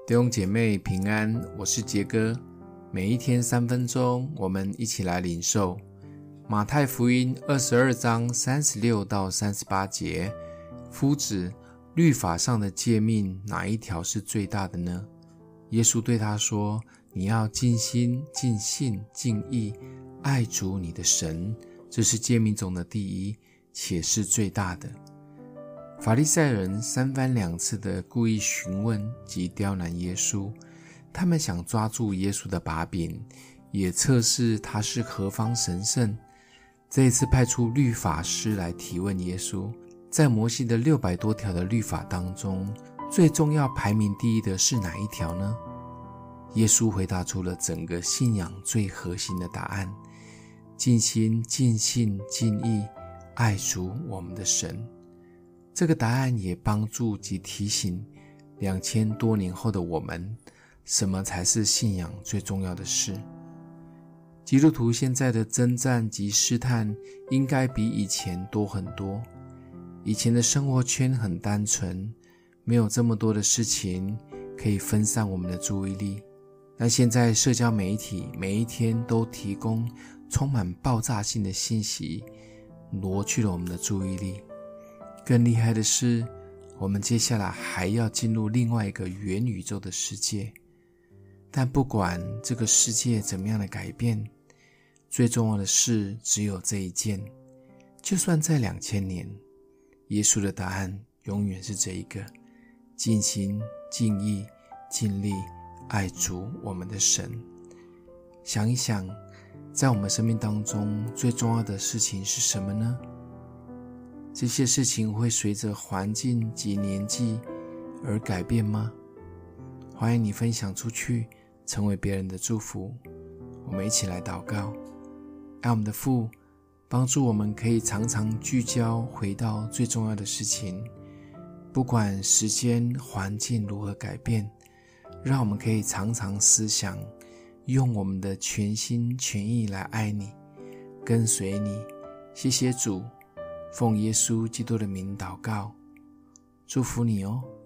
弟兄姐妹平安，我是杰哥。每一天3分钟，我们一起来领受马太福音22章36到38节。夫子，律法上的诫命哪一条是最大的呢？耶稣对他说，你要尽心、尽性、尽意爱主你的神，这是诫命中的第一，且是最大的。法利赛人3番2次的故意询问及刁难耶稣，他们想抓住耶稣的把柄，也测试他是何方神圣。这一次派出律法师来提问耶稣，在摩西的600多条的律法当中，最重要排名第一的是哪一条呢？耶稣回答出了整个信仰最核心的答案：尽心、尽性、尽意爱主我们的神。这个答案也帮助及提醒2000多年后的我们，什么才是信仰最重要的事。基督徒现在的征战及试探应该比以前多很多。以前的生活圈很单纯，没有这么多的事情可以分散我们的注意力。但现在社交媒体每一天都提供充满爆炸性的信息，挪去了我们的注意力。更厉害的是，我们接下来还要进入另外一个元宇宙的世界。但不管这个世界怎么样的改变，最重要的事只有这一件。就算在2000年，耶稣的答案永远是这一个：尽心、尽意、尽力爱主我们的神。想一想，在我们生命当中最重要的事情是什么呢？这些事情会随着环境及年纪而改变吗？欢迎你分享出去，成为别人的祝福。我们一起来祷告。爱我们的父，帮助我们可以常常聚焦回到最重要的事情，不管时间环境如何改变，让我们可以常常思想，用我们的全心全意来爱你，跟随你。谢谢主，奉耶稣基督的名祷告，祝福你哦。